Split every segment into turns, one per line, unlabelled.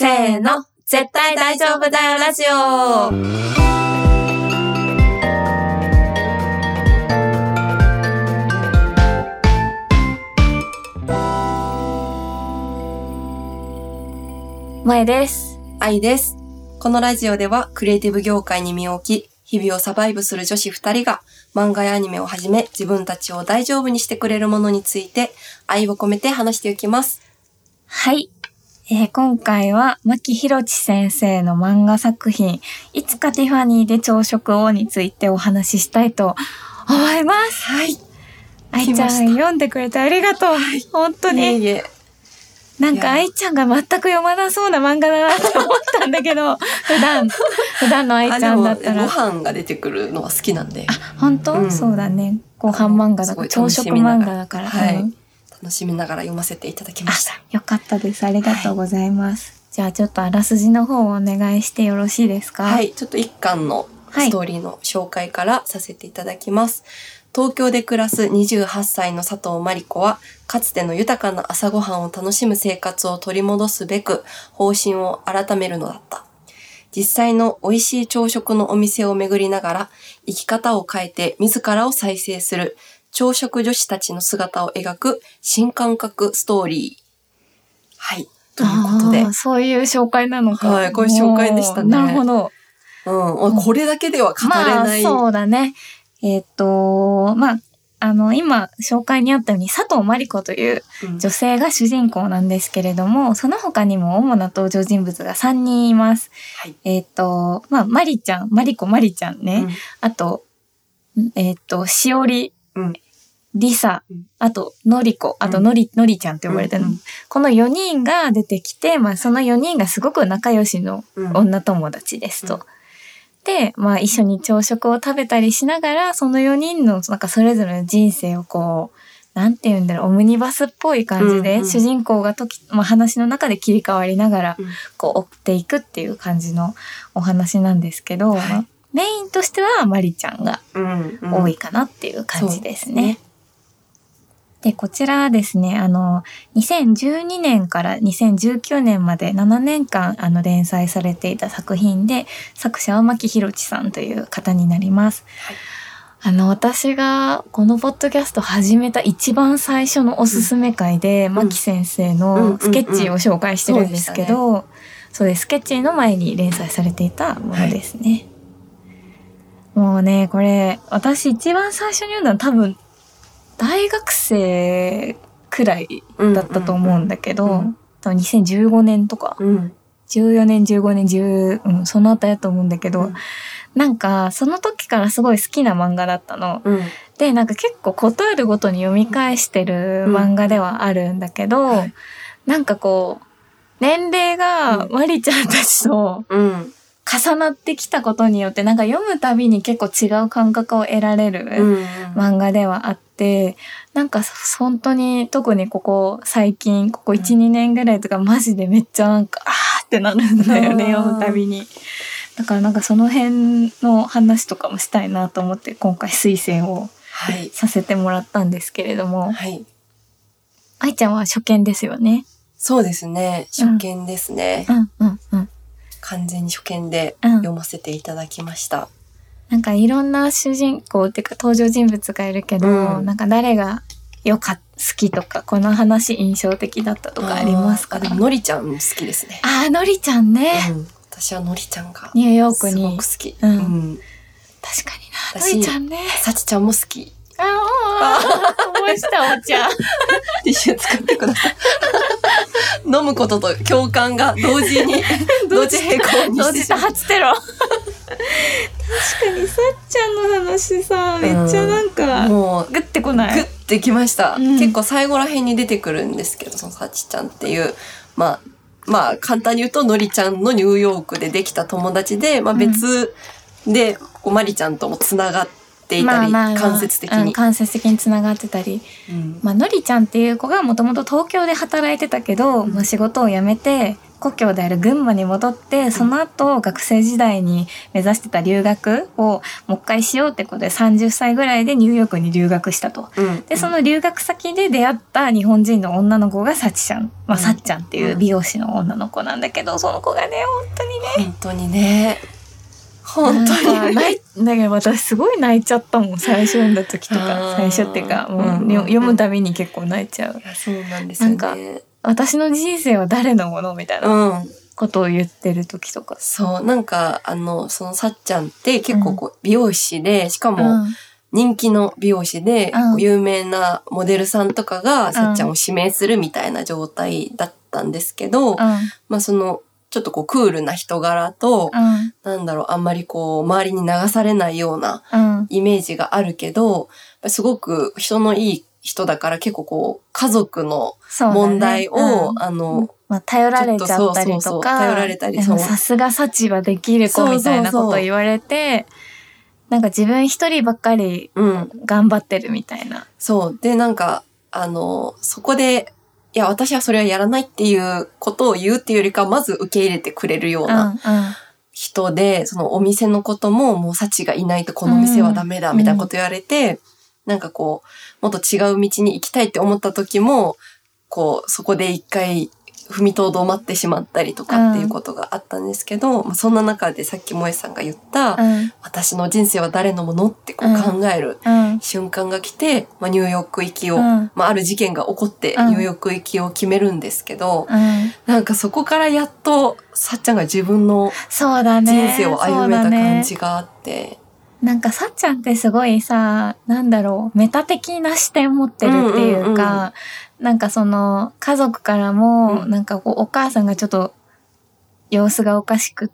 せーの、絶対大丈夫だよラジオ。
萌です。
愛です。このラジオではクリエイティブ業界に身を置き、日々をサバイブする女子2人が漫画やアニメをはじめ自分たちを大丈夫にしてくれるものについて愛を込めて話していきます。
はい。今回は牧宏知先生の漫画作品いつかティファニーで朝食をについてお話ししたいと思います。
はい。
愛ちゃん読んでくれてありがとう。はい、本当に。
いえ。
なんか愛ちゃんが全く読まなそうな漫画だなって思ったんだけど、普段の愛ちゃんだったら。
ご飯が出てくるのは好きなんで。
あ、本当、うん、そうだね。ご飯漫画だから、朝食漫画だから。
はい。楽しみながら読ませていただきました。
よかったです。ありがとうございます。はい、じゃあちょっとあらすじの方をお願いしてよろしいですか？
はい。ちょっと一巻のストーリーの紹介からさせていただきます。東京で暮らす28歳の佐藤真理子は、かつての豊かな朝ごはんを楽しむ生活を取り戻すべく、方針を改めるのだった。実際の美味しい朝食のお店を巡りながら、生き方を変えて自らを再生する、朝食女子たちの姿を描く新感覚ストーリー。はい。ということで。
そういう紹介なのか。
はい、こういう紹介でしたね。
なるほど。
うん。これだけでは語れない。
そうだね。今紹介にあったように佐藤真理子という女性が主人公なんですけれども、その他にも主な登場人物が3人います。
はい、
マリちゃんね。あと、しおり、リサ、あと、のりこ、あとのりちゃんって呼ばれてるの。この4人が出てきて、その4人がすごく仲良しの女友達ですと。で、一緒に朝食を食べたりしながら、その4人のそれぞれの人生をなんて言うんだろう、オムニバスっぽい感じで、主人公が話の中で切り替わりながら、追っていくっていう感じのお話なんですけど、メインとしてはマリちゃんが多いかなっていう感じですね。で、こちらですね、2012年から2019年まで7年間連載されていた作品で、作者は牧宏知さんという方になります。はい、私がこのポッドキャスト始めた一番最初のおすすめ会で、牧先生のスケッチを紹介してるんですけど、そうです、スケッチの前に連載されていたものですね。はい、もうね、これ、私一番最初に読んだの多分、大学生くらいだったと思うんだけど、2015年とか、14年、15年、そのあたりだと思うんだけど、その時からすごい好きな漫画だったの。で、結構ことあるごとに読み返してる漫画ではあるんだけど、年齢がマリちゃんたちと、重なってきたことによって読むたびに結構違う感覚を得られる漫画ではあって、本当に特にここ最近ここ 1,2 年ぐらいとかマジでめっちゃあーってなるんだよね、読むたびに。だからその辺の話とかもしたいなと思って今回推薦をさせてもらったんですけれども、愛ちゃんは初見ですよね。
そうですね、初見ですね。完全に初見で読ませていただきました。
いろんな主人公っていうか登場人物がいるけど、誰が好きとかこの話印象的だったとかありますか？
でものりちゃんも好きですね。
のりちゃんね。
私はのりちゃんが
ニューヨークに
すごく好き。
確かにな、のりちゃんね。
さちちゃんも好き。
思いしたお茶。
ティッシュ使ってください。飲むことと共感が同時並行にして
同時多発テロ。確かにさっちゃんの話さ、めっちゃもうグッてこない？
グッてきました。結構最後ら辺に出てくるんですけど、そのさちちゃんっていう簡単に言うとのりちゃんのニューヨークでできた友達で、別でまりちゃんともつながっていたり、間接的に
つながってたり、のりちゃんっていう子がもともと東京で働いてたけど、仕事を辞めて故郷である群馬に戻って、その後学生時代に目指してた留学をもう一回しようってことで30歳ぐらいでニューヨークに留学したと。で、その留学先で出会った日本人の女の子がさちちゃん。まあ、さっちゃんっていう美容師の女の子なんだけど、その子がね、
本当にね。本当に
ね。だけど私すごい泣いちゃったもん、最初読んだ時とか。最初っていうか、もう読むたびに結構泣いちゃう。
そうなんですよね。
なんか私の人生は誰のものみたいなことを言ってる時とか。
そう、なんか、そのさっちゃんって結構こう、美容師で、しかも人気の美容師で、有名なモデルさんとかがさっちゃんを指名するみたいな状態だったんですけど、まあその、ちょっとこうクールな人柄と、なんだろう、あんまりこう、周りに流されないようなイメージがあるけど、すごく人のいい人だから結構こう、家族の問題を、
まあ、頼られちゃったりとか、
頼られたり、
さすが幸はできる子みたいなことを言われて、なんか自分一人ばっかり頑張ってるみたいな。
そう。で、なんか、そこで、いや、私はそれはやらないっていうことを言うっていうよりか、まず受け入れてくれるような人で、そのお店のことも、もう幸がいないとこの店はダメだみたいなこと言われて、なんかこう、もっと違う道に行きたいって思った時も、こう、そこで一回踏みとどまってしまったりとかっていうことがあったんですけど、そんな中でさっき萌さんが言った、私の人生は誰のものってこう考える瞬間が来て、まあ、ニューヨーク行きを、まあ、ある事件が起こってニューヨーク行きを決めるんですけど、なんかそこからやっとさっちゃんが自分の人生を歩めた感じがあって、
なんかさっちゃんってすごいさ、なんだろう、メタ的な視点持ってるっていうか、なんかその家族からも、なんかこうお母さんがちょっと様子がおかしくって、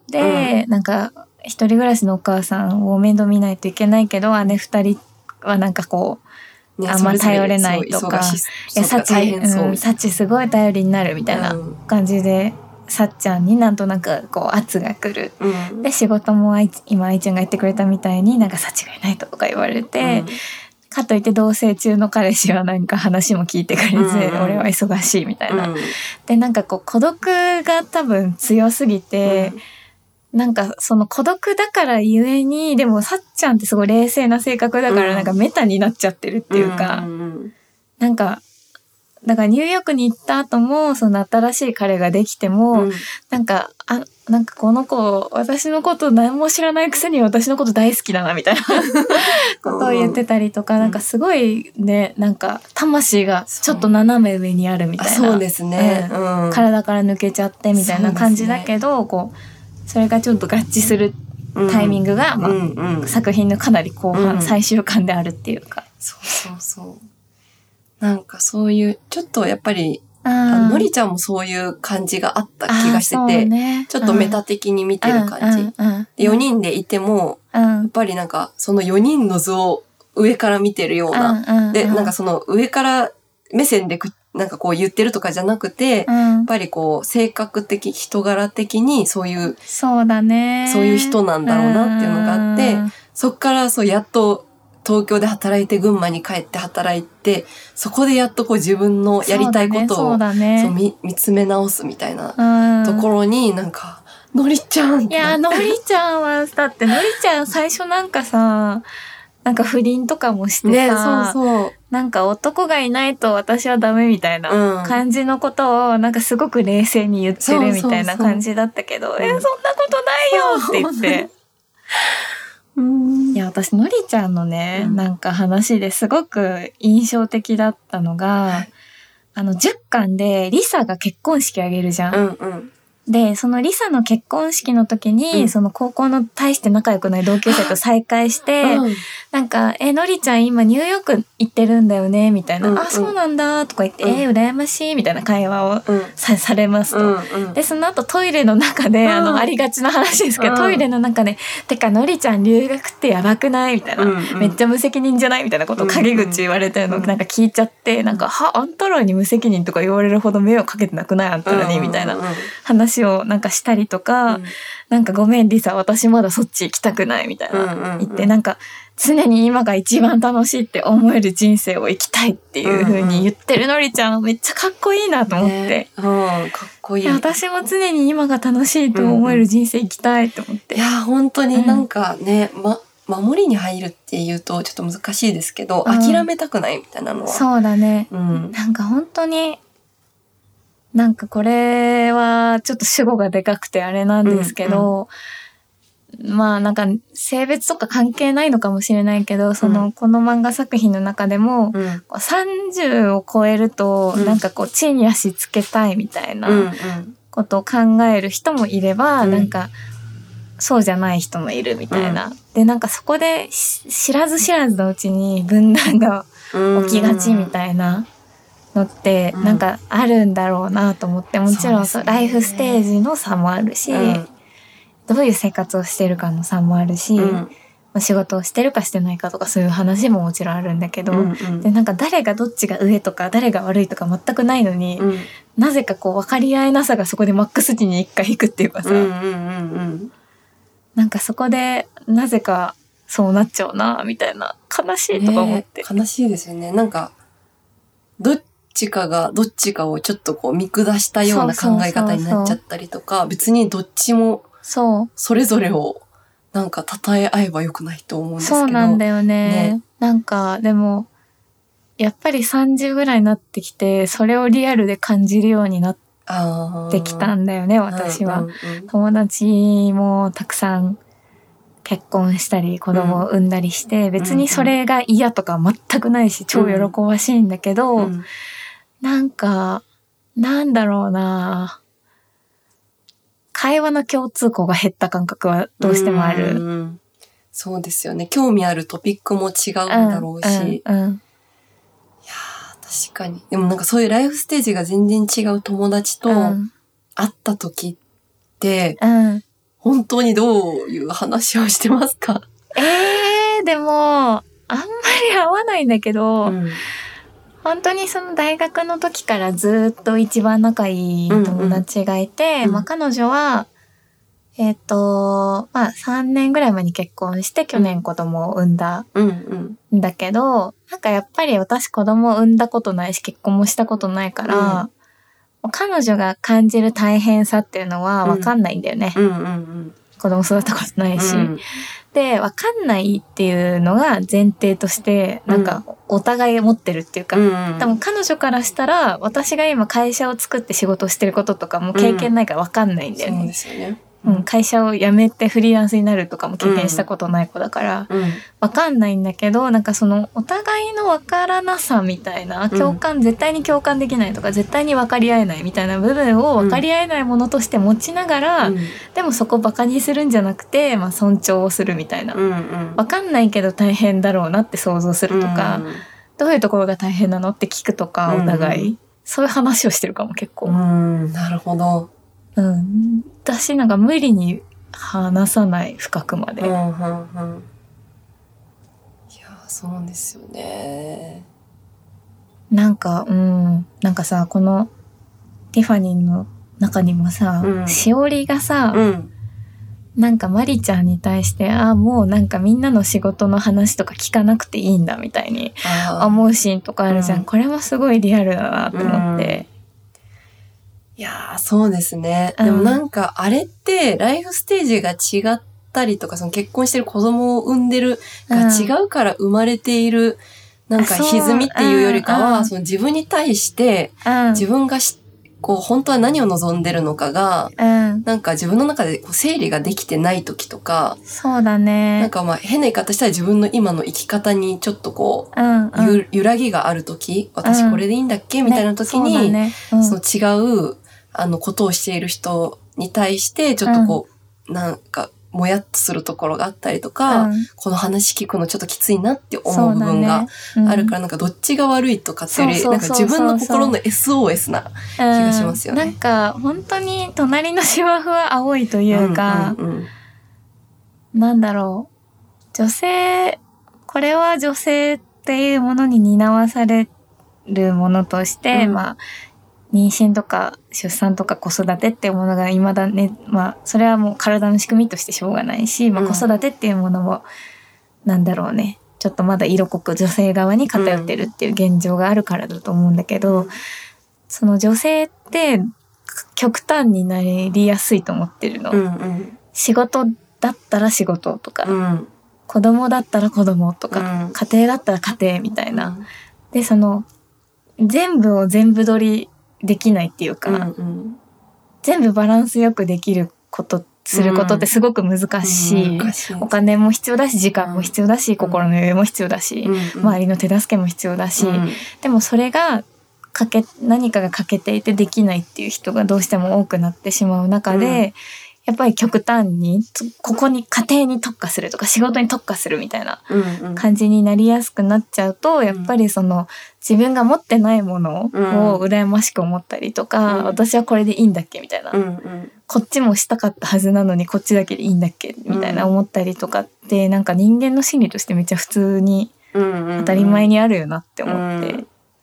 なんか一人暮らしのお母さんを面倒見ないといけないけど、姉二人はなんかこう、あんま頼れないとか、サチすごい頼りになるみたいな感じで、さっちゃんになんとなくこう圧が来る、で仕事も今愛ちゃんが言ってくれたみたいになんかサチがいないとか言われて、かといって同棲中の彼氏はなんか話も聞いてくれず、俺は忙しいみたいな、でなんかこう孤独が多分強すぎて、なんかその孤独だからゆえに、でもさっちゃんってすごい冷静な性格だからなんかメタになっちゃってるっていうか、なんかだからニューヨークに行った後も、その新しい彼ができても、なんかこの子、私のこと何も知らないくせに私のこと大好きだな、みたいなことを言ってたりとか、なんかすごいね、なんか魂がちょっと斜め上にあるみたいな。
そうですね。
体から抜けちゃってみたいな感じだけど、こう、それがちょっと合致するタイミングが、作品のかなり後半、最終巻であるっていうか。
そう。なんかそういう、ちょっとやっぱり、のりちゃんもそういう感じがあった気がしてて、ちょっとメタ的に見てる感じ。4人でいても、やっぱりなんかその4人の図を上から見てるような。で、なんかその上から目線でなんかこう言ってるとかじゃなくて、やっぱりこう性格的、人柄的にそういう人なんだろうなっていうのがあって、そっからやっと、東京で働いて群馬に帰って働いて、そこでやっとこう自分のやりたいことを見つめ直すみたいなところになんか、のりちゃんって。
いや、のりちゃんは、だってのりちゃん最初なんかさ、なんか不倫とかもしてさ、なんか男がいないと私はダメみたいな感じのことをなんかすごく冷静に言ってるみたいな感じだったけど、そんなことないよって言って。いや、私、のりちゃんのね、なんか話ですごく印象的だったのが、10巻でリサが結婚式あげるじゃん。で、そのリサの結婚式の時に、その高校の大して仲良くない同級生と再会して、なんか、のりちゃん今ニューヨーク行ってるんだよね、みたいな。あ、そうなんだ、とか言って、羨ましい、みたいな会話をされますと。で、その後トイレの中で、ありがちな話ですけど、トイレの中で、てか、のりちゃん留学ってやばくないみたいな。めっちゃ無責任じゃないみたいなことを陰口言われてるのなんか聞いちゃって、なんか、あんたらに無責任とか言われるほど迷惑かけてなくないあんたらにみたいな話をなんかしたりとか、なんかごめんリサ私まだそっち行きたくないみたいな言って、なんか常に今が一番楽しいって思える人生を生きたいっていう風に言ってるのりちゃんめっちゃかっこいいなと思って。
ね、かっこいい。
私も常に今が楽しいと思える人生生きたいと思って。
いや、本当になんかね、守りに入るっていうとちょっと難しいですけど、諦めたくないみたいなのは。
そうだね。なんか本当に、なんかこれはちょっと主語がでかくてあれなんですけど、まあなんか性別とか関係ないのかもしれないけど、この漫画作品の中でも、30を超えると、なんかこう地に足つけたいみたいなことを考える人もいれば、なんかそうじゃない人もいるみたいな。で、なんかそこで知らず知らずのうちに分断が起きがちみたいなのって、なんかあるんだろうなと思って、もちろんライフステージの差もあるし、どういう生活をしてるかの差もあるし、仕事をしてるかしてないかとかそういう話ももちろんあるんだけど、でなんか誰がどっちが上とか誰が悪いとか全くないのに、なぜかこう分かり合えなさがそこでマックス値に一回引くっていうかさ、なんかそこでなぜかそうなっちゃうなみたいな、悲しいとか思って、
悲しいですよね。なんかどっちかがどっちかをちょっとこう見下したような考え方になっちゃったりとか、別にどっちもそれぞれをなんか称え合えばよくないと思うんですけど。
そうなんだよね。なんかでもやっぱり30ぐらいになってきて、それをリアルで感じるようになってきたんだよね、私は。友達もたくさん結婚したり子供を産んだりして、別にそれが嫌とか全くないし、超喜ばしいんだけど、なんか、なんだろうな、会話の共通項が減った感覚はどうしてもある。
そうですよね。興味あるトピックも違うんだろうし。いやー、確かに。でもなんかそういうライフステージが全然違う友達と会った時って、本当にどういう話をしてますか？
でも、あんまり会わないんだけど、本当にその大学の時からずっと一番仲いい友達がいて、彼女は、3年ぐらい前に結婚して去年子供を産んだんだけど、なんかやっぱり私子供を産んだことないし結婚もしたことないから、彼女が感じる大変さっていうのはわかんないんだよね。子供育ったことないし。で、わかんないっていうのが前提として、なんかお互い持ってるっていうか、多分彼女からしたら私が今会社を作って仕事をしてることとかも経験ないからわかんないんだよね。
そうですよね。
会社を辞めてフリーランスになるとかも経験したことない子だから、わかんないんだけど、なんかそのお互いのわからなさみたいな、絶対に共感できないとか、絶対に分かり合えないみたいな部分を分かり合えないものとして持ちながら、でもそこバカにするんじゃなくて、尊重をするみたいな。わかんないけど大変だろうなって想像するとか、どういうところが大変なのって聞くとか、お互い。そういう話をしてるかも結構。
なるほど。
私なんか無理に話さない、深くまで。いや、
そうですよね。
なんかさ、このティファニーの中にもさ、しおりがさ、なんかマリちゃんに対して、もうなんかみんなの仕事の話とか聞かなくていいんだみたいに思うシーンとかあるじゃん。これもすごいリアルだなと思って。
いやー、そうですね。でもなんか、あれって、ライフステージが違ったりとか、その結婚してる子供を産んでるが違うから生まれている、なんか歪みっていうよりかは、その自分に対して、自分が本当は何を望んでるのかが、なんか自分の中で整理ができてない時とか、
そうだね。
なんか変な言い方したら自分の今の生き方にちょっと揺らぎがある時、私これでいいんだっけみたいな時に、その違う、ことをしている人に対して、ちょっとなんか、もやっとするところがあったりとか、この話聞くのちょっときついなって思う部分があるから、なんかどっちが悪いとかっていうより、なんか自分の心の SOS な気がしますよね。
なんか、本当に隣の芝生は青いというか、なんだろう。これは女性っていうものに担わされるものとして、妊娠とか出産とか子育てっていうものが未だね、それはもう体の仕組みとしてしょうがないし、子育てっていうものもなんだろうね。ちょっとまだ色濃く女性側に偏ってるっていう現状があるからだと思うんだけど、その女性って極端になりやすいと思ってるの。仕事だったら仕事とか、子供だったら子供とか、家庭だったら家庭みたいな。で、その、全部を全部取りできないっていうか、全部バランスよくできることすることってすごく難しい。お金も必要だし、時間も必要だし、心の余裕も必要だし、周りの手助けも必要だし、でもそれが何かが欠けていてできないっていう人がどうしても多くなってしまう中で、やっぱり極端にここに家庭に特化するとか仕事に特化するみたいな感じになりやすくなっちゃうと、やっぱりその自分が持ってないものを羨ましく思ったりとか、私はこれでいいんだっけみたいな、こっちもしたかったはずなのにこっちだけでいいんだっけみたいな思ったりとかって、なんか人間の心理としてめっちゃ普通に当たり前にあるよなって思って。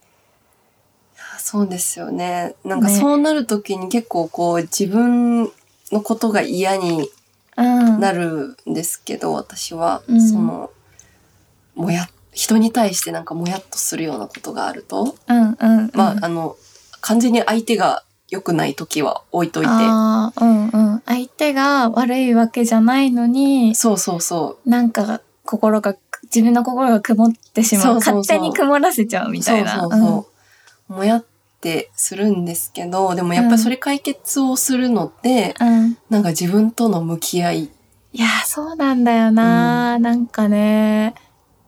そうですよね。なんかそうなるときに結構こう自分のことが嫌になるんですけど、私は、その、人に対してなんかもやっとするようなことがあると、まあ、完全に相手が良くないときは置いといて。
相手が悪いわけじゃないのに、なんか自分の心が曇ってしまう。勝手に曇らせちゃうみたいな。
もやってするんですけど、でもやっぱりそれ解決をするのって、なんか自分との向き合い。
いや、そうなんだよな、なんかね。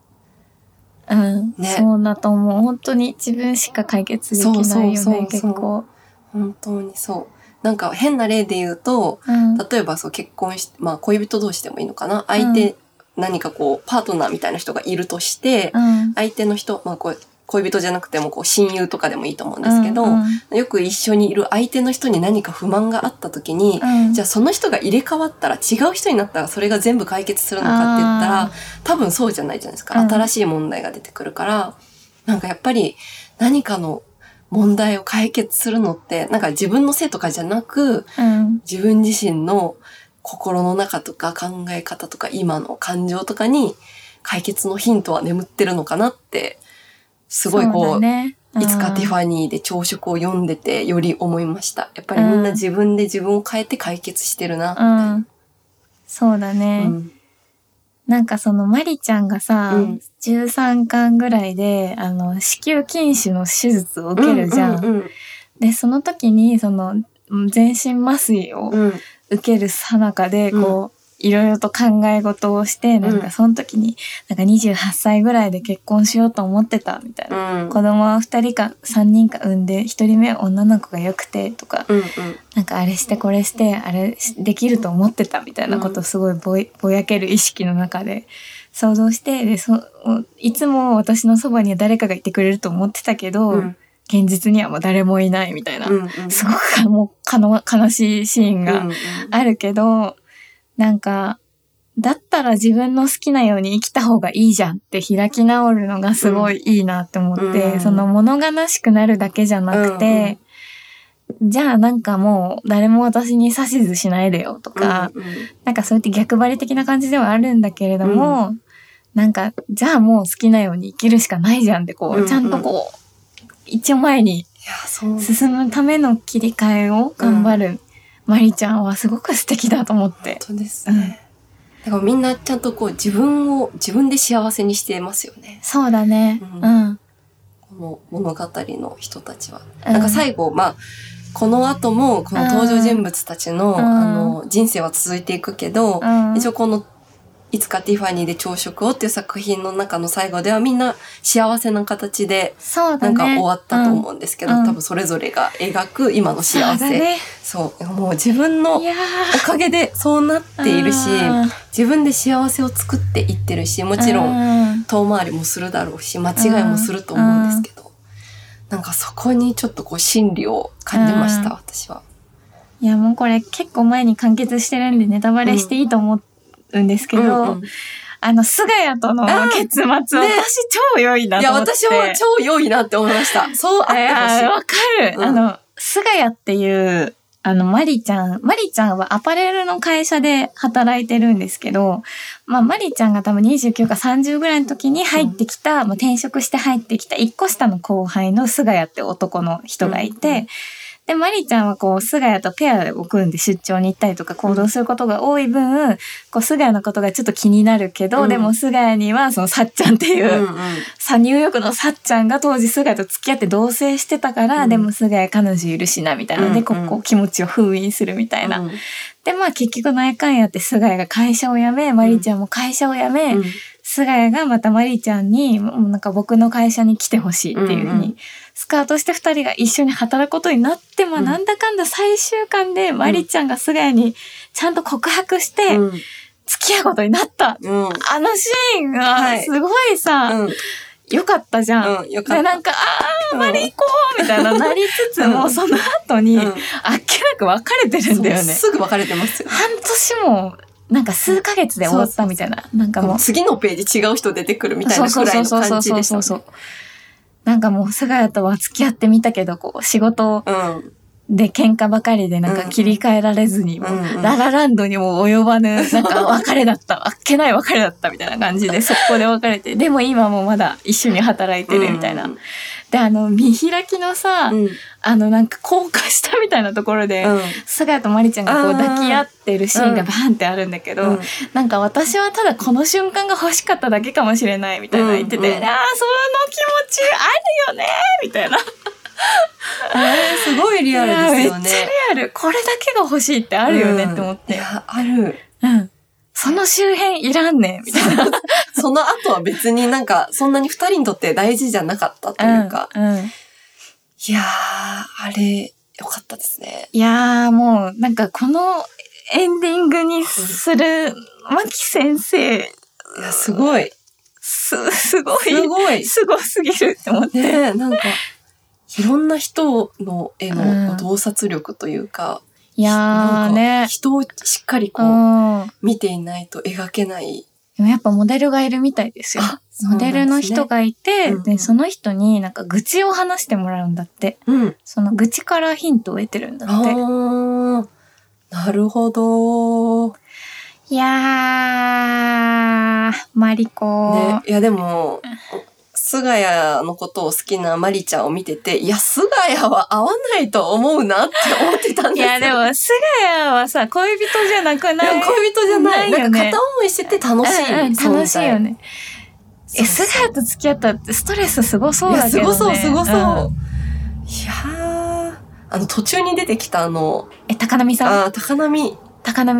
そうだと思う。本当に自分しか解決できないよね、結構。
本当にそう。なんか変な例で言うと、例えばそう結婚して、まあ恋人同士でもいいのかな。相手、何かこう、パートナーみたいな人がいるとして、相手の人、まあ恋人じゃなくてもこう親友とかでもいいと思うんですけど、よく一緒にいる相手の人に何か不満があった時に、じゃあその人が入れ替わったら違う人になったらそれが全部解決するのかって言ったら多分そうじゃないじゃないですか。新しい問題が出てくるから、なんかやっぱり何かの問題を解決するのってなんか自分のせいとかじゃなく、自分自身の心の中とか考え方とか今の感情とかに解決のヒントは眠ってるのかなってすごいこう、いつかティファニーで朝食を読んでてより思いました。やっぱりみんな自分で自分を変えて解決してるな、みたいな。
そうだね。なんかそのマリちゃんがさ、13巻ぐらいで、子宮筋腫の手術を受けるじゃん。で、その時に、その、全身麻酔を受ける最中で、こう、いろいろと考え事をして、なんかその時に、なんか28歳ぐらいで結婚しようと思ってた、みたいな。子供は2人か3人か産んで、1人目は女の子が良くて、とか、なんかあれしてこれして、あれできると思ってた、みたいなことをすごいぼやける意識の中で想像して、で、いつも私のそばには誰かがいてくれると思ってたけど、現実にはもう誰もいないみたいな、すごくもう悲しいシーンがあるけど、なんか、だったら自分の好きなように生きた方がいいじゃんって開き直るのがすごいいいなって思って、その物悲しくなるだけじゃなくて、じゃあなんかもう誰も私に指図しないでよとか、なんかそうやって逆張り的な感じではあるんだけれども、なんかじゃあもう好きなように生きるしかないじゃんってこう、ちゃんとこう、一応前に進むための切り替えを頑張る。マリちゃんはすごく素敵だと思って。
本当ですね。だからみんなちゃんとこう自分で幸せにしてますよね。
そうだね。
この物語の人たちは。なんか最後、まあ、この後もこの登場人物たちの、人生は続いていくけど、一応このいつかティファニーで朝食をっていう作品の中の最後ではみんな幸せな形でなんか終わったと思うんですけど、多分それぞれが描く今の幸せ。そう、もう自分のおかげでそうなっているし、自分で幸せを作っていってるし、もちろん遠回りもするだろうし、間違いもすると思うんですけど、なんかそこにちょっとこう真理を感じました、私は。
いやもうこれ結構前に完結してるんでネタバレしていいと思うんですけど、菅谷との結末、私超良いなと思って。いや、
私も超良いなって思いました。そうあってほしい。
わかる。菅谷っていう、 マリちゃんはアパレルの会社で働いてるんですけど、まあ、マリちゃんが多分29か30ぐらいの時に入ってきた、まあ、転職して入ってきた1個下の後輩の菅谷って男の人がいて、で、マリちゃんはこう、菅谷とペアを組んで出張に行ったりとか行動することが多い分、こう、菅谷のことがちょっと気になるけど、でも菅谷にはそのさっちゃんっていう、ニューヨークのさっちゃんが当時菅谷と付き合って同棲してたから、でも菅谷彼女いるしな、みたいな。で、こう気持ちを封印するみたいな。で、まあ結局なんやかんやって菅谷が会社を辞め、マリちゃんも会社を辞め、菅谷がまたマリちゃんに、なんか僕の会社に来てほしいっていうふうに、スカウトして二人が一緒に働くことになって、まあなんだかんだ最終巻でマリちゃんが菅谷にちゃんと告白して、付き合うことになった。あのシーンがすごいさ、よかったじゃん。よかった。で、なんか、マリコーみたいななりつつも、その後に、あっけなく別れてるんだよね。
すぐ別れてますよ。
半年も、なんか数ヶ月で終わったみたいな。なんかもう。
次のページ違う人出てくるみたいなくらいの感じでしたね。そう。
なんかもう、菅谷とは付き合ってみたけど、こう、仕事で喧嘩ばかりでなんか切り替えられずに、ララランドにも及ばぬ、なんか別れだった、あっけない別れだったみたいな感じで、速攻で別れて、でも今もまだ一緒に働いてるみたいな。で、見開きのさ、なんか高架下みたいなところで、菅谷とマリちゃんがこう抱き合ってるシーンがバーンってあるんだけど、なんか私はただこの瞬間が欲しかっただけかもしれないみたいな言ってて、その気持ちあるよねみたいな。
すごいリアルですよね。
めっちゃリアル。これだけが欲しいってあるよねって思って。
いや、ある。
その周辺いらんねん、みたいな。
その後は別になんか、そんなに二人にとって大事じゃなかったというか。いやー、あれ、よかったですね。
いやー、もう、なんかこのエンディングにする、牧先生。い
や、すごい。
すごすぎるって思って。
ね、なんか、いろんな人の絵の洞察力というか、
いやーね。
人をしっかりこう、見ていないと描けない。
でもやっぱモデルがいるみたいですよ。モデルの人がいて、で、その人になんか愚痴を話してもらうんだって。その愚痴からヒントを得てるんだって。
なるほど。
いやー、マリコ。
ね、いやでも、菅谷のことを好きなマリちゃんを見てて、いや、菅谷は合わないと思うなって思ってたんですよ。
いや、でも、菅谷はさ、恋人じゃなくない？
恋人じゃない。なんか片思いしてて楽しい。
楽しいよね。菅谷と付き合ったってストレスすごそうだけどね。
すごそう。いやー、途中に出てきた
高波さん？
高波。
高波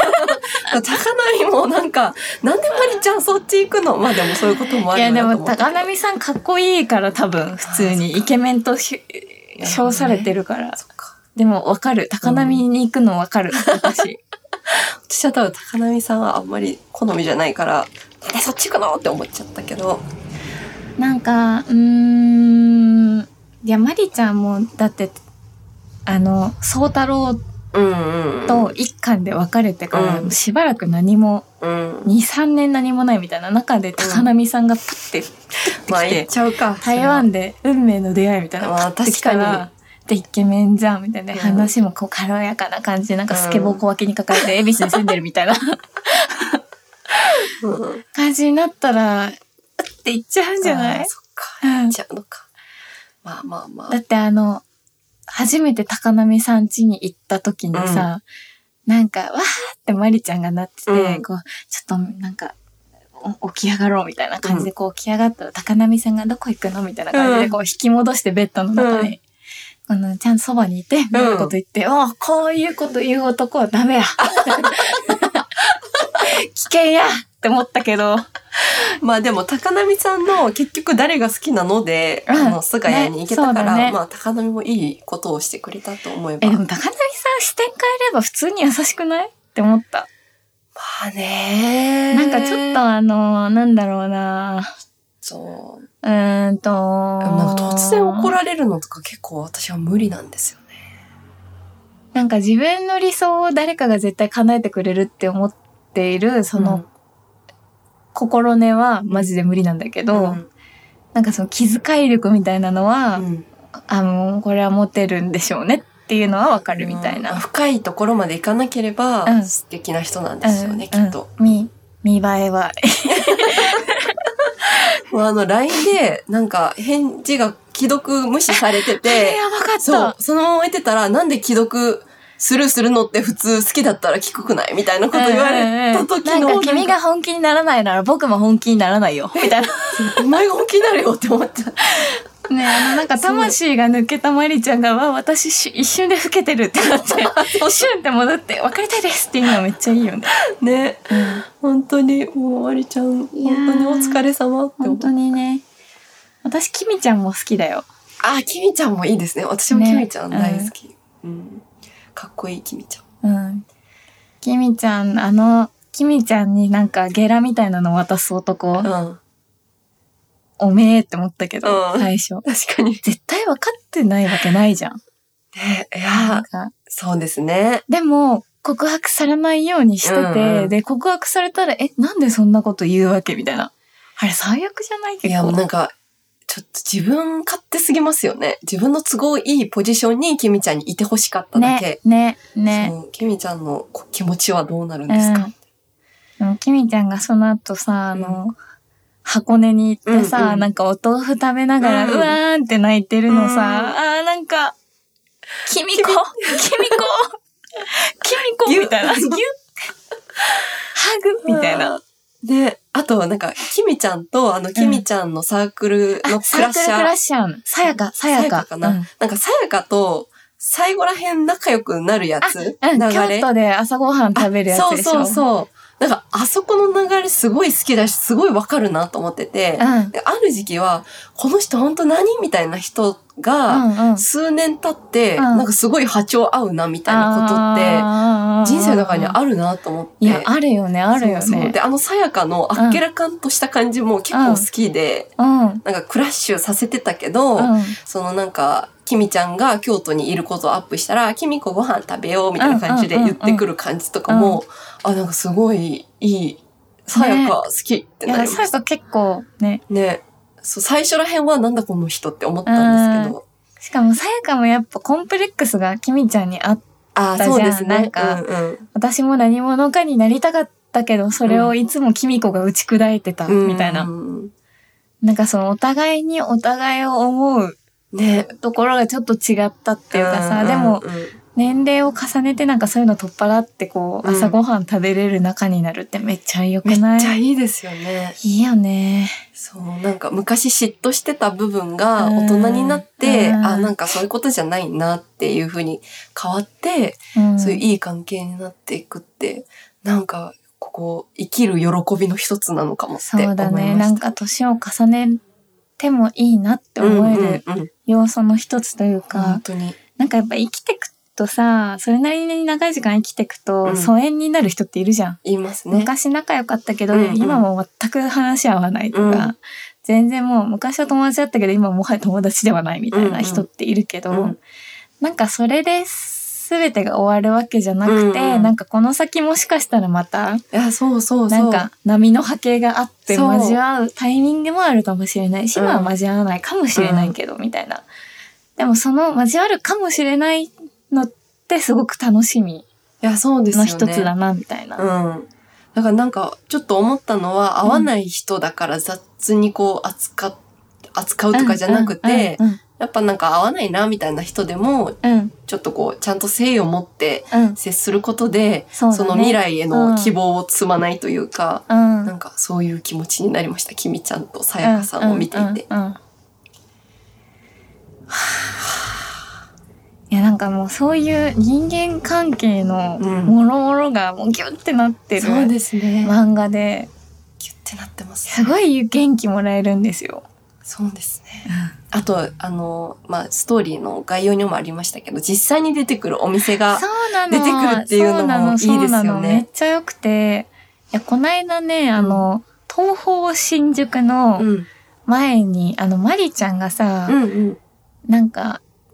もなんか、なんでマリちゃんそっち行くの？まあでもそういうこともあるなと思って。いやでも
高波さんかっこいいから多分普通にイケメンと称されてるから。でもわかる。高波に行くのわかる。私
は多分高波さんはあんまり好みじゃないから、なんでそっち行くのって思っちゃったけど。
なんか、いや、マリちゃんも、だって、宗太郎と一巻で別れてから、しばらく何も、2、3年何もないみたいな中で高波さんがプッて
来て、
台湾で運命の出会いみたいなのがプッて来たら、で、イケメンじゃんみたいな話もこう軽やかな感じで、なんかスケボー小脇に抱えて恵比寿に住んでるみたいな感じになったら、って言っちゃうんじゃない？
そっか、言っちゃうのか。まあ。
だって初めて高波さん家に行った時にさ、なんか、わーってマリちゃんがなってて、こう、ちょっとなんか、起き上がろうみたいな感じでこう起き上がったら高波さんがどこ行くのみたいな感じでこう引き戻してベッドの中に、ちゃんとそばにいて、みたいなこと言って、こういうこと言う男はダメや。危険やって思ったけど。
まあでも高波さんの結局誰が好きなので、菅谷に行けたから、まあ高波もいいことをしてくれたと思えば。
でも高波さん視点変えれば普通に優しくないって思った。
まあね。
なんかちょっとなんだろうな。
そう。
なんか
突然怒られるのとか結構私は無理なんですよね。
なんか自分の理想を誰かが絶対叶えてくれるって思っている、その、心根はマジで無理なんだけど、なんかその気遣い力みたいなのは、もうこれは持てるんでしょうねってっていうのはわかるみたいな。
深いところまでいかなければ素敵な人なんですよね、きっと。
見栄えは。
LINE でなんか返事が既読無視されてて、
やばかった。
そう、そのまま置いてたら、なんで既読スルーするのって普通好きだったら聞くくないみたいなこと言われた時の。
なんか君が本気にならないなら僕も本気にならないよ。みたいな。
お前が本気になるよって思っちゃう。
ね、なんか魂が抜けたマリちゃんが、私一瞬で老けてるってなって、シュンって戻って、別れたいですっていうのはめっちゃいいよね。
ね、本当に、もうマリちゃん、本当にお疲れ様って思う。
本当にね。私、キミちゃんも好きだよ。
キミちゃんもいいですね。私もキミちゃん大好き。かっこいいキミちゃん。
キミちゃん、キミちゃんになんかゲラみたいなの渡す男。おめえって思ったけど、最初。
確かに。
絶対分かってないわけないじゃん。
ね、いや、そうですね。
でも、告白されないようにしてて、で、告白されたら、なんでそんなこと言うわけみたいな。あれ、最悪じゃないけど。
いや、もうなんか、ちょっと自分勝手すぎますよね。自分の都合いいポジションにキミちゃんにいてほしかっただけ。
ね。
そう、キミちゃんの気持ちはどうなるんですか？
でもキミちゃんがその後さ、箱根に行ってさ、なんかお豆腐食べながら、うわーんって泣いてるのさ、なんか、キミコみたいな。ハグみたいな。
で、あとなんか、キミちゃんとキミちゃんのサークルのクラッシャー。
サークルクラッシャー。さやか
かな。なんかさやかと、最後らへん仲良くなるやつ
京都で朝ごはん食べるやつでしょ。
そう。なんか、あそこの流れすごい好きだし、すごいわかるなと思ってて、である時期は、この人本当何みたいな人が、数年経って、なんかすごい波長合うな、みたいなことって、人生の中にあるなと思って。
いや、あるよね。
そうで、さやかのあっけらかんとした感じも結構好きで、なんかクラッシュさせてたけど、そのなんか、キミちゃんが京都にいることをアップしたら、キミコご飯食べようみたいな感じで言ってくる感じとかも、なんかすごいいい。さやか好きってなりました。
さやか結構ね。
ね。そう、最初らへんはなんだこの人って思ったんですけど。
しかもさやかもやっぱコンプレックスがキミちゃんにあったじゃん。そうですね。なんか、私も何者かになりたかったけど、それをいつもキミコが打ち砕いてたみたいな。なんかそのお互いにお互いを思うね、ところがちょっと違ったっていうかさ、でも、年齢を重ねてなんかそういうの取っ払ってこう、朝ごはん食べれる仲になるってめっちゃ良くない？
めっちゃいいですよね。
いいよね。
そう、なんか昔嫉妬してた部分が大人になって、なんかそういうことじゃないなっていう風に変わって、そういういい関係になっていくって、なんかここ生きる喜びの一つなのかもって思いました。
そうだね。なんか年を重ねてもいいなって思える要素の一つというか、
本当に
なんかやっぱ生きてくとさ、それなりに長い時間生きてくと疎遠になる人っているじゃん。
いますね。
昔仲良かったけど、今も全く話合わないとか、全然もう昔は友達だったけど今はもはや友達ではないみたいな人っているけど、なんかそれで全てが終わるわけじゃなくて、なんかこの先もしかしたらまた、なんか波の波形があって交わうタイミングもあるかもしれないし、今は交わらないかもしれないけど、みたいな。でもその交わるかもしれないのってすごく楽しみの一つだな、みたいな。
だからなんかちょっと思ったのは、合わない人だから雑にこう扱うとかじゃなくて、やっぱなんか合わないなみたいな人でも、ちょっとこうちゃんと誠意を持って接することで、その未来への希望を積まないというか、なんかそういう気持ちになりました。きみちゃんとさやかさんを見ていて。
いやなんかもうそういう人間関係のもろもろがもうギュッてなってる漫画で、
ギュッてなってます
ね。すごい元気もらえるんですよ。
そうですね。あとストーリーの概要にもありましたけど、実際に出てくるお店が出てくるっていうのもいいですよね。
めっちゃ良くて、いやこの間ね東宝新宿の前にマリちゃんがさ、なんか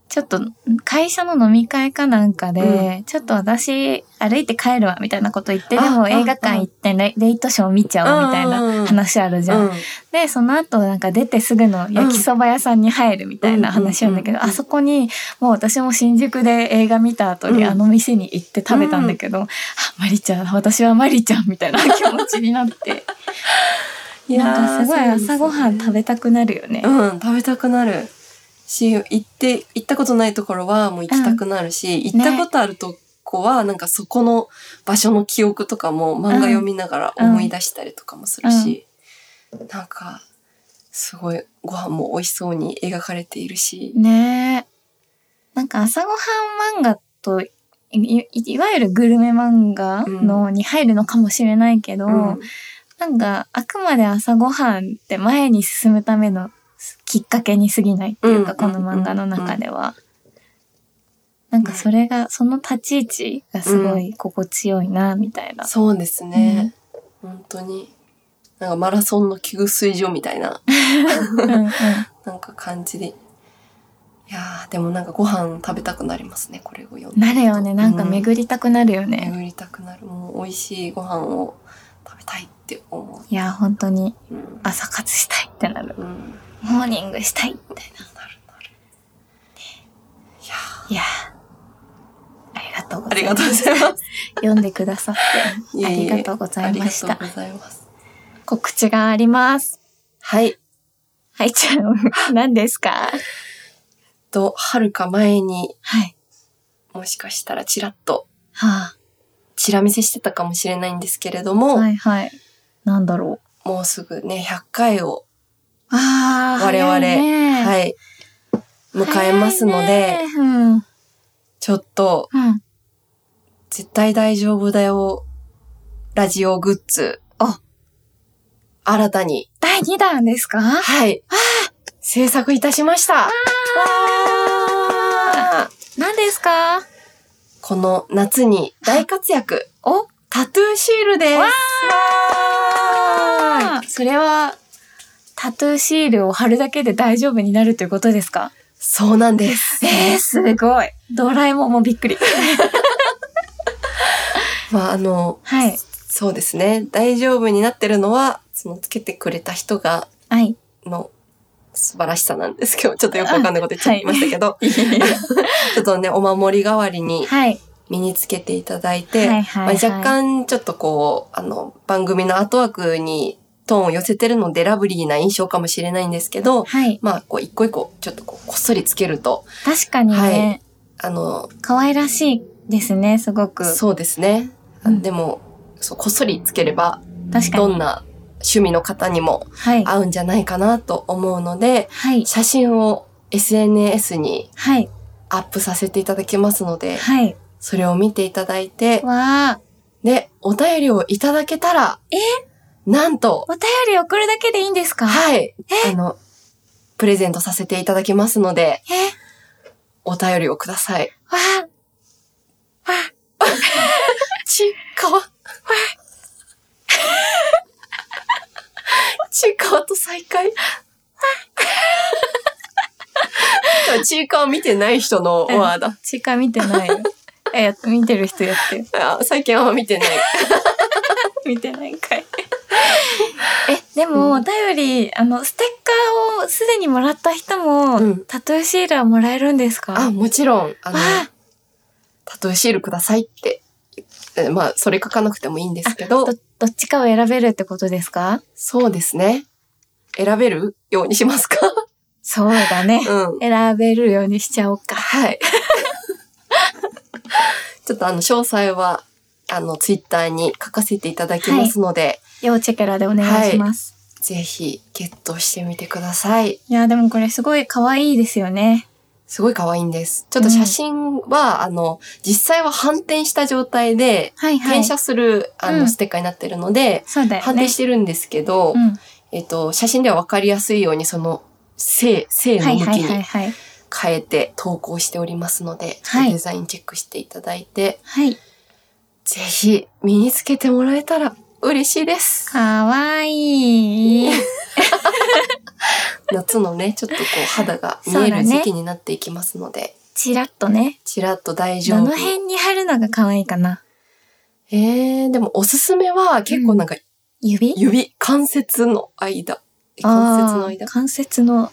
ちょっと会社の飲み会かなんかで、ちょっと私歩いて帰るわみたいなこと言って、でも映画館行ってレイトショー見ちゃおうみたいな話あるじゃん。で、その後なんか出てすぐの焼きそば屋さんに入るみたいな話なんだけど、あそこにもう私も新宿で映画見た後にあの店に行って食べたんだけど、あ、マリちゃん、私はマリちゃんみたいな気持ちになって。なんかすごい朝ごはん食べたくなるよね。
食べたくなる。行ったことないところはもう行きたくなるし、行ったことあるとこはなんかそこの場所の記憶とかも漫画読みながら思い出したりとかもするし、なんかすごいご飯も美味しそうに描かれているし。
ねえ。なんか朝ごはん漫画といわゆるグルメ漫画のに入るのかもしれないけど、なんかあくまで朝ごはんって前に進むためのきっかけに過ぎないっていうか、この漫画の中では。なんかそれが、その立ち位置がすごい心地よいな、みたいな。
そうですね。本当に。なんかマラソンの給水所みたいな。なんか感じで。いやー、でもなんかご飯食べたくなりますね、これを読んで。
なるよね。なんか巡りたくなるよね。
巡りたくなる。もう美味しいご飯を食べたいって思う。
いや、本当に朝活したいってなる。モーニングしたいみたいな。なる。いやありがとうございます。
ありがとうございます。
読んでくださってありがとうございました。
ありがとうございます。
告知があります。
はい。
はい、ちゃん、何ですか？
遥か前に、
はい。
もしかしたらちらっと、
はあ、
ちら見せしてたかもしれないんですけれども、
はいはい。なんだろ
う。もうすぐね、100回を、
我々、
はい、迎えますので、ちょっと、絶対大丈夫だよ、ラジオグッズ、新たに。
第2弾ですか？
はい。制作いたしました。
何ですか？
この夏に大活躍。タトゥーシールです。
それは、タトゥーシールを貼るだけで大丈夫になるということですか？
そうなんです。
すごい。ドラえもんもびっくり。
はい。そうですね。大丈夫になってるのは、そのつけてくれた人が、の素晴らしさなんですけど、ちょっとよくわかんないこと言っちゃいましたけど、ちょっとね、お守り代わりに身につけていただいて、若干ちょっとこう、番組のアートワークにトーンを寄せてるのでラブリーな印象かもしれないんですけど、まあ、こう一個一個ちょっとこっそりつけると。
確かにね。可愛らしいですね、すごく。
そうですね。でも、こっそりつければ、どんな趣味の方にも合うんじゃないかなと思うので、写真を SNS にアップさせていただきますので、それを見ていただいて、で、お便りをいただけたら、なんと、
お便り送るだけでいいんですか？
はい。プレゼントさせていただきますので、お便りをください。ちいかわと再会。ちいかわ見てない人のワーだ。
ちいかわ見てないよ。見てる人やって。
最近は見てない。
見てないんかい。でも、お便り、ステッカーをすでにもらった人も、タトゥーシールはもらえるんですか？
もちろん、タトゥーシールくださいって。まあ、それ書かなくてもいいんですけど。
どっちかを選べるってことですか？そう
ですね。選べるようにしますか？
そうだね。選べるようにしちゃおうか。
はい。ちょっと詳細は、ツイッターに書かせていただきますので。
要チェケラでお願いします。
ぜひ、ゲットしてみてください。
いや、でもこれすごい可愛いですよね。
すごい可愛いんです。ちょっと写真は、実際は反転した状態で、転写する、ステッカーになってるので、反転してるんですけど、写真では分かりやすいように、その、正の向きに変えて投稿しておりますので、デザインチェックしていただいて、ぜひ身につけてもらえたら嬉しいです。
かわいい。
夏のね、ちょっとこう肌が見える時期になっていきますので、
チラッとね。
チラッと大丈夫。
どの辺に貼るのが可愛いかな。
でもおすすめは結構なんか、
指、
関節の間。
関節の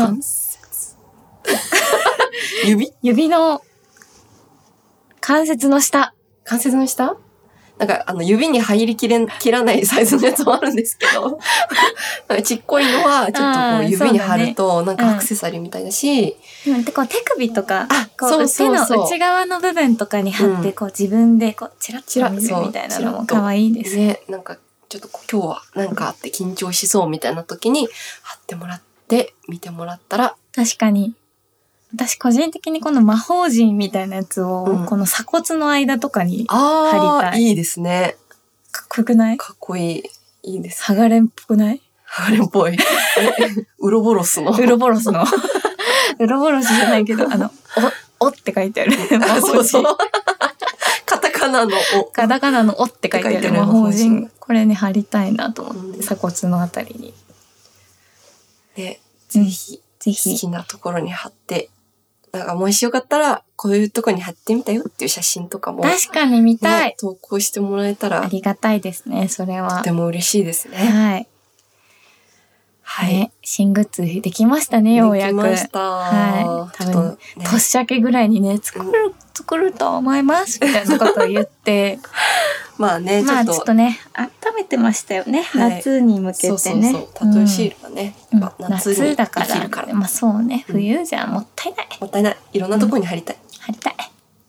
指の関節の下。
関節の下？なんか指に入りきらないサイズのやつもあるんですけど、なんかちっこいのはちょっとこう指に貼るとなんかアクセサリーみたいだし、
こう手首とか、
そう
手の内側の部分とかに貼って、こう自分でこうチラッと見るみたいなのも可愛いです
ね。なんかちょっと今日はなんかあって緊張しそうみたいな時に貼ってもらって見てもらったら。
確かに。私個人的にこの魔法陣みたいなやつを、この鎖骨の間とかに貼りたい。
いいですね。
かっこよくない？
かっこいい。いいです、
ハガレンっぽくない？
ハガレンっぽい。ウロボロスの。
ウロボロスじゃないけど、おって書いてある。魔法陣。
カタカナの
おって書いてある魔法陣。これね、貼りたいなと思って、鎖骨のあたりに。
で、ぜひ好きなところに貼って、なんかもしよかったら、こういうとこに貼ってみたよっていう写真とかも。
確かに見たい。
投稿してもらえたら。
ありがたいですね、それは。
とても嬉しいですね。
はい。はい。新グッズできましたね、ようやく。
できました。
はい。多分、年明けぐらいにね、作ると思います、みたいなことを言って。
まあね、
ちょっとね、温めてましたよね。夏に向けてね。
そう。タトゥーシールがね、
夏だから。まあそうね、冬じゃもったいない。
もったいない。いろんなとこに貼りたい。
貼りたい。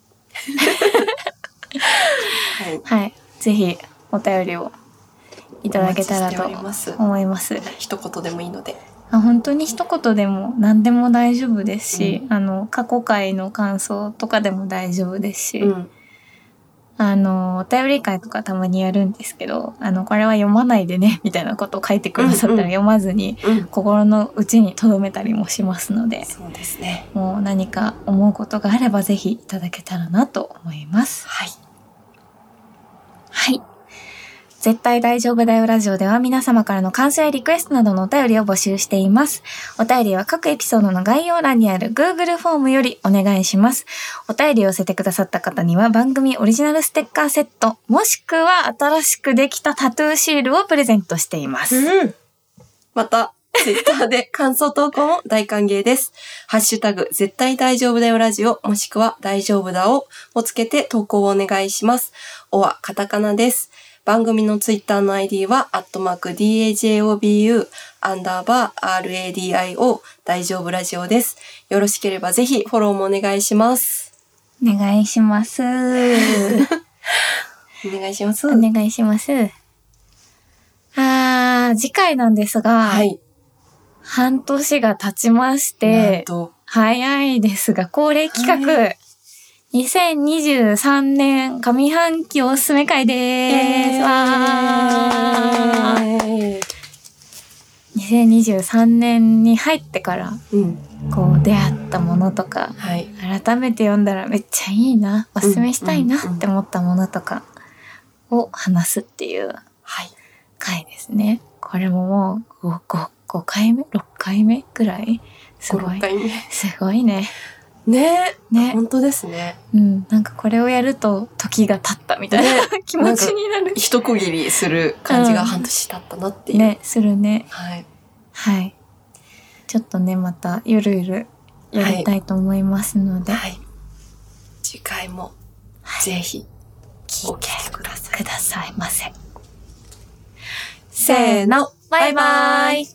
はい。ぜひ、お便りをいただけたらと思います。
一言でもいいので。
本当に一言でも何でも大丈夫ですし、過去回の感想とかでも大丈夫ですし、お便り会とかたまにやるんですけど、これは読まないでね、みたいなことを書いてくださったら読まずに、心の内に留めたりもしますので、
そうですね。
もう何か思うことがあればぜひいただけたらなと思います。
はい。
はい。絶対大丈夫だよラジオでは皆様からの感想やリクエストなどのお便りを募集しています。お便りは各エピソードの概要欄にある Google フォームよりお願いします。お便りを寄せてくださった方には番組オリジナルステッカーセット、もしくは新しくできたタトゥーシールをプレゼントしています。
また、Twitter で感想投稿も大歓迎です。ハッシュタグ絶対大丈夫だよラジオ、もしくは大丈夫だをつけて投稿をお願いします。おはカタカナです。番組のツイッターの ID は、@DAJOBU_RADIO 大丈夫ラジオです。よろしければぜひフォローもお願いします。
お願いします。
お願いします。
お願いします。次回なんですが、
はい。
半年が経ちまして、早いですが、恒例企画、2023年上半期おすすめ会でーす。2023年に入ってから、こう出会ったものとか、改めて読んだらめっちゃいいな、おすすめしたいなって思ったものとかを話すっていう回ですね。これももう5回目 ?6 回目くらいすごい。すごいね。
ね。本当ですね。
なんかこれをやると時が経ったみたいな気持ちになる。
一区切りする感じが半年経ったなっていう。
ね、するね。
はい。
はい。ちょっとね、またゆるゆるやりたいと思いますので。
はい。次回もぜひ
聞いてくださいませ。
せーの、
バイバーイ。